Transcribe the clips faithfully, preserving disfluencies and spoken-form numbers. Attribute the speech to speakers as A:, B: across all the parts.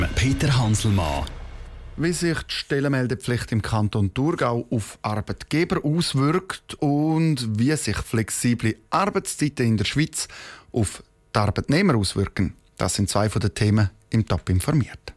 A: Peter Hanselmann.
B: Wie sich die Stellenmeldepflicht im Kanton Thurgau auf Arbeitgeber auswirkt und wie sich flexible Arbeitszeiten in der Schweiz auf die Arbeitnehmer auswirken, das sind zwei von den Themen im Top informiert.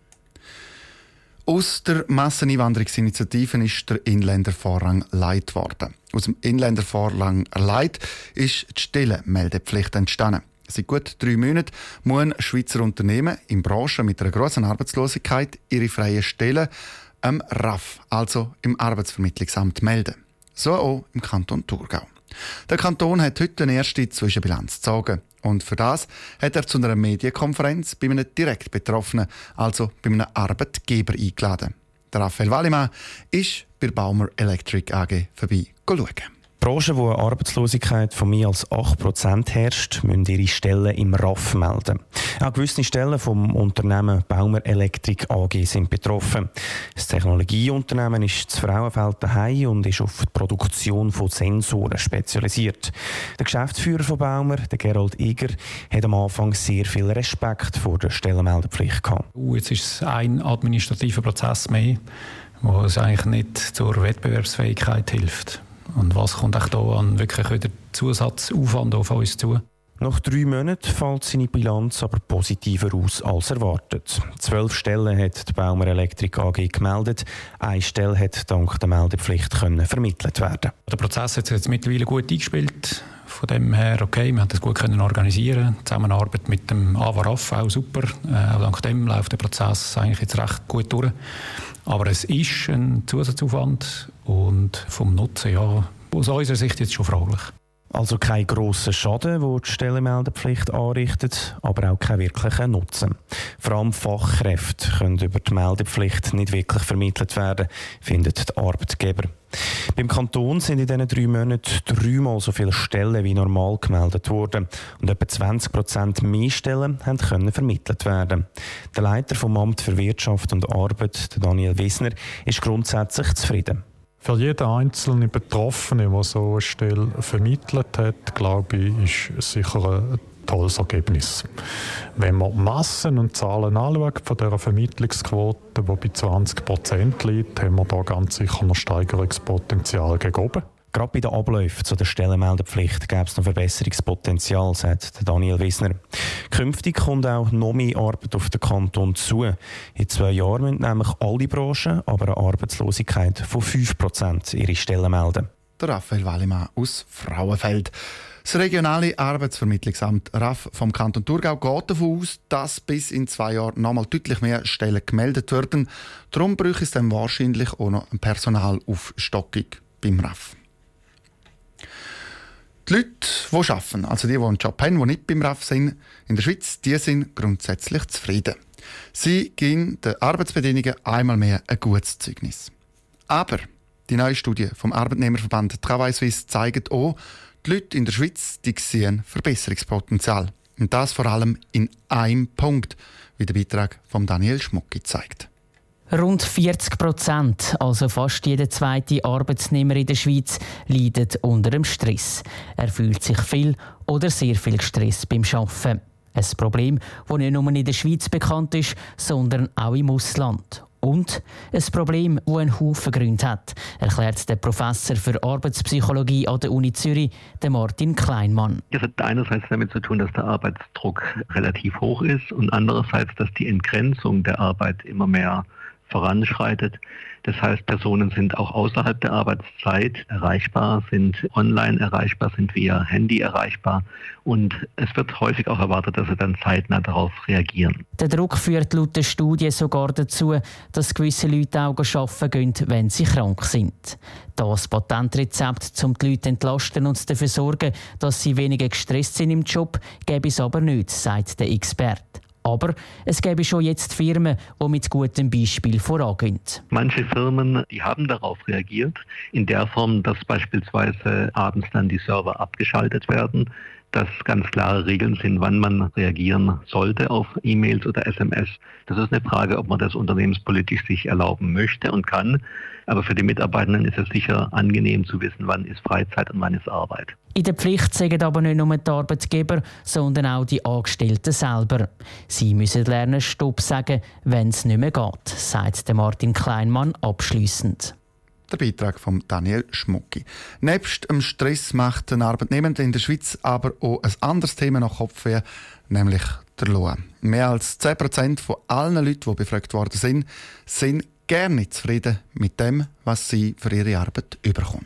B: Aus der Masseneinwanderungsinitiative ist der Inländervorrang erleidet worden. Aus dem Inländervorrang erleidet ist die Stellenmeldepflicht entstanden. Seit gut drei Monaten müssen Schweizer Unternehmen in Branchen mit einer grossen Arbeitslosigkeit ihre freien Stellen am R A F, also im Arbeitsvermittlungsamt, melden. So auch im Kanton Thurgau. Der Kanton hat heute eine erste Zwischenbilanz gezogen. Und für das hat er zu einer Medienkonferenz bei einem direkt Betroffenen, also bei einem Arbeitgeber, eingeladen. Der Raphael Wallimann ist bei Baumer Electric A G vorbei schauen.
C: Branchen, wo eine Arbeitslosigkeit von mehr als acht Prozent herrscht, müssen ihre Stellen im R A F melden. Auch gewisse Stellen vom Unternehmen Baumer Electric A G sind betroffen. Das Technologieunternehmen ist zu Frauenfeld daheim und ist auf die Produktion von Sensoren spezialisiert. Der Geschäftsführer von Baumer, der Gerald Eger, hat am Anfang sehr viel Respekt vor der Stellenmeldepflicht gehabt.
D: Uh, jetzt ist es ein administrativer Prozess mehr, der uns eigentlich nicht zur Wettbewerbsfähigkeit hilft. Und was kommt auch da an wirklich wieder Zusatzaufwand auf uns zu?
C: Nach drei Monaten fällt seine Bilanz aber positiver aus als erwartet. Zwölf Stellen hat die Baumer Electric A G gemeldet. Eine Stelle hat dank der Meldepflicht können vermittelt werden.
D: Der Prozess hat sich jetzt mittlerweile gut eingespielt. Von dem her, okay, wir haben das gut können organisieren. Die Zusammenarbeit mit dem A W A R A F auch super. Äh, auch dank dem läuft der Prozess eigentlich jetzt recht gut durch. Aber es ist ein Zusatzaufwand und vom Nutzen, ja, aus unserer Sicht jetzt schon fraglich.
C: Also kein grosser Schaden, den die Stellenmeldepflicht anrichtet, aber auch kein wirklicher Nutzen. Vor allem Fachkräfte können über die Meldepflicht nicht wirklich vermittelt werden, findet der Arbeitgeber. Beim Kanton sind in diesen drei Monaten dreimal so viele Stellen wie normal gemeldet worden und etwa zwanzig Prozent mehr Stellen haben können vermittelt werden. Der Leiter vom Amt für Wirtschaft und Arbeit, Daniel Wissner, ist grundsätzlich zufrieden.
E: Für jeden einzelnen Betroffenen, der so eine Stelle vermittelt hat, glaube ich, ist sicher ein tolles Ergebnis. Wenn man die Massen und Zahlen anschaut von dieser Vermittlungsquote, die bei zwanzig Prozent liegt, haben wir da ganz sicher noch Steigerungspotenzial gegen oben.
C: Gerade bei den Abläufen zu der Stellenmeldepflicht gäbe es noch Verbesserungspotenzial, sagt Daniel Wissner. Künftig kommt auch noch mehr Arbeit auf den Kanton zu. In zwei Jahren müssen nämlich alle Branchen aber eine Arbeitslosigkeit von fünf Prozent ihre Stellen melden.
B: Der Raphael Wallimann aus Frauenfeld. Das regionale Arbeitsvermittlungsamt R A F vom Kanton Thurgau geht davon aus, dass bis in zwei Jahren noch mal deutlich mehr Stellen gemeldet werden. Darum bräuchte es dann wahrscheinlich auch noch eine Personalaufstockung beim R A F. Die Leute, die arbeiten, also die, die einen Job haben, die nicht beim R A F sind, in der Schweiz, die sind grundsätzlich zufrieden. Sie geben den Arbeitsbedingungen einmal mehr ein gutes Zeugnis. Aber die neue Studie vom Arbeitnehmerverband Travail Suisse zeigt auch, die Leute in der Schweiz die sehen Verbesserungspotenzial. Und das vor allem in einem Punkt, wie der Beitrag von Daniel Schmucki zeigt.
F: Rund vierzig Prozent, also fast jeder zweite Arbeitnehmer in der Schweiz, leidet unter dem Stress. Er fühlt sich viel oder sehr viel Stress beim Arbeiten. Ein Problem, das nicht nur in der Schweiz bekannt ist, sondern auch im Ausland. Und ein Problem, das einen Haufen Gründe hat, erklärt der Professor für Arbeitspsychologie an der Uni Zürich, der Martin Kleinmann.
G: Das hat einerseits damit zu tun, dass der Arbeitsdruck relativ hoch ist und andererseits, dass die Entgrenzung der Arbeit immer mehr voranschreitet. Das heißt, Personen sind auch außerhalb der Arbeitszeit erreichbar, sind online erreichbar, sind via Handy erreichbar und es wird häufig auch erwartet, dass sie dann zeitnah darauf reagieren.
F: Der Druck führt laut der Studie sogar dazu, dass gewisse Leute auch arbeiten gehen, wenn sie krank sind. Das Patentrezept, um die Leute zu entlasten und dafür zu sorgen, dass sie weniger gestresst sind im Job, gäbe es aber nicht, sagt der Experte. Aber es gäbe schon jetzt Firmen, die mit gutem Beispiel vorangehen.
G: Manche Firmen, die haben darauf reagiert, in der Form, dass beispielsweise abends dann die Server abgeschaltet werden. dass ganz klare Regeln sind, wann man reagieren sollte auf E-Mails oder S M S. Das ist eine Frage, ob man das unternehmenspolitisch sich erlauben möchte und kann. Aber für die Mitarbeitenden ist es sicher angenehm zu wissen, wann ist Freizeit und wann ist Arbeit.
F: In der Pflicht sagen aber nicht nur die Arbeitgeber, sondern auch die Angestellten selber. Sie müssen lernen, Stopp sagen, wenn es nicht mehr geht, sagt Martin Kleinmann abschliessend.
B: Der Beitrag von Daniel Schmucki. Nebst dem Stress macht den Arbeitnehmenden in der Schweiz aber auch ein anderes Thema nach Kopfweh, nämlich der Lohn. Mehr als zehn Prozent von allen Leuten, die befragt worden sind, sind gerne zufrieden mit dem, was sie für ihre Arbeit bekommen.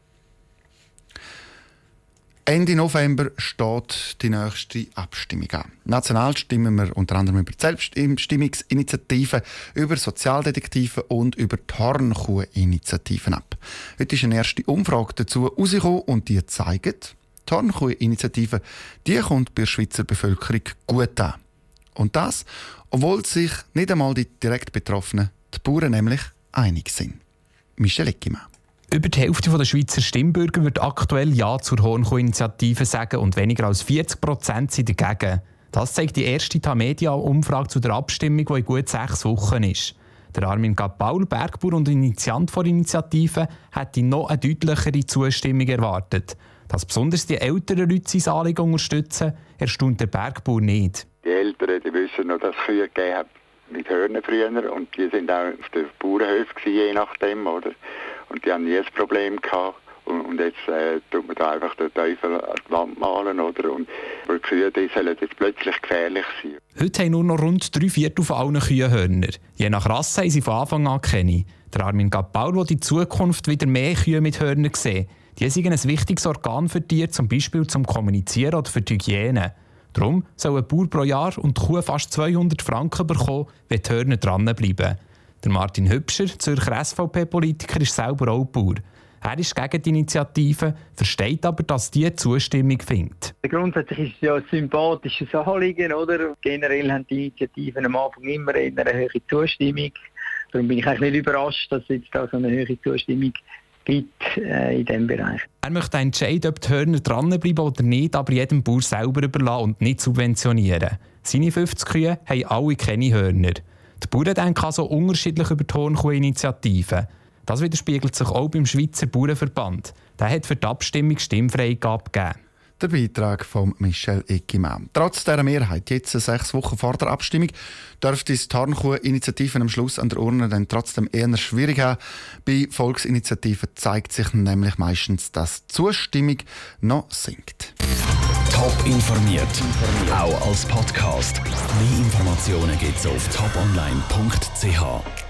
B: Ende November steht die nächste Abstimmung an. National stimmen wir unter anderem über die Selbstbestimmungsinitiative, über Sozialdetektive und über die Hornkuh-Initiativen ab. Heute ist eine erste Umfrage dazu herausgekommen und die zeigt, die Hornkuh-Initiative die kommt bei der Schweizer Bevölkerung gut an. Und das, obwohl sich nicht einmal die direkt Betroffenen, die Bauern nämlich, einig sind. Michel Eckimann.
A: Über die Hälfte der Schweizer Stimmbürger wird aktuell Ja zur Hornkuh-Initiative sagen und weniger als vierzig Prozent sind dagegen. Das zeigt die erste Tamedia-Umfrage zu der Abstimmung, die in gut sechs Wochen ist. Der Armin Gappaul, Bergbauer und Initiant der Initiative, hätte noch eine deutlichere Zustimmung erwartet. Dass besonders die älteren Leute sein Anliegen unterstützen, erstaunt der Bergbauer nicht.
H: Die Älteren die wissen noch, dass es Kühe gegeben hat mit Hörnern früher und die sind auch auf den Bauernhöfen je nachdem, oder? Und die haben nie ein Problem gehabt. Und, und jetzt äh, tut man da einfach den Teufel an die Wand malen, oder? Und die Kühe die sollen jetzt plötzlich gefährlich sein.
A: Heute haben nur noch rund drei Viertel von allen Kühen Hörner. Je nach Rasse haben sie von Anfang an keine. Der Armin Gappaul will in Zukunft wieder mehr Kühe mit Hörnern sehen. Die sind ein wichtiges Organ für Tiere, zum Beispiel zum Kommunizieren oder für die Hygiene. Darum soll ein Bauer pro Jahr und die Kuh fast zweihundert Franken bekommen, wenn die Hörner dranbleiben. Der Martin Hübscher, Zürcher S V P-Politiker, ist selber auch Bauer. Er ist gegen die Initiative, versteht aber, dass die Zustimmung findet.
I: Grundsätzlich ist es ja ein sympathisches Anliegen, oder? Generell haben die Initiativen am Anfang immer eine hohe Zustimmung. Darum bin ich eigentlich nicht überrascht, dass es jetzt da so eine hohe Zustimmung gibt äh, in diesem Bereich.
A: Er möchte entscheiden, ob die Hörner dranbleiben oder nicht, aber jedem Bauer selber überlassen und nicht subventionieren. Seine fünfzig Kühe haben alle keine Hörner. Die Bauern denken also unterschiedlich über die Hornkuh-Initiative. Das widerspiegelt sich auch beim Schweizer Bauernverband. Der hat für die Abstimmung Stimmfreigabe gegeben.
B: Der Beitrag von Michel Eckimann. Trotz dieser Mehrheit, jetzt sechs Wochen vor der Abstimmung, dürfte es die Hornkuh-Initiative am Schluss an der Urne dann trotzdem eher schwierig haben. Bei Volksinitiativen zeigt sich nämlich meistens, dass die Zustimmung noch sinkt.
J: Top informiert, auch als Podcast. Mehr Informationen gibt es auf top online punkt c h.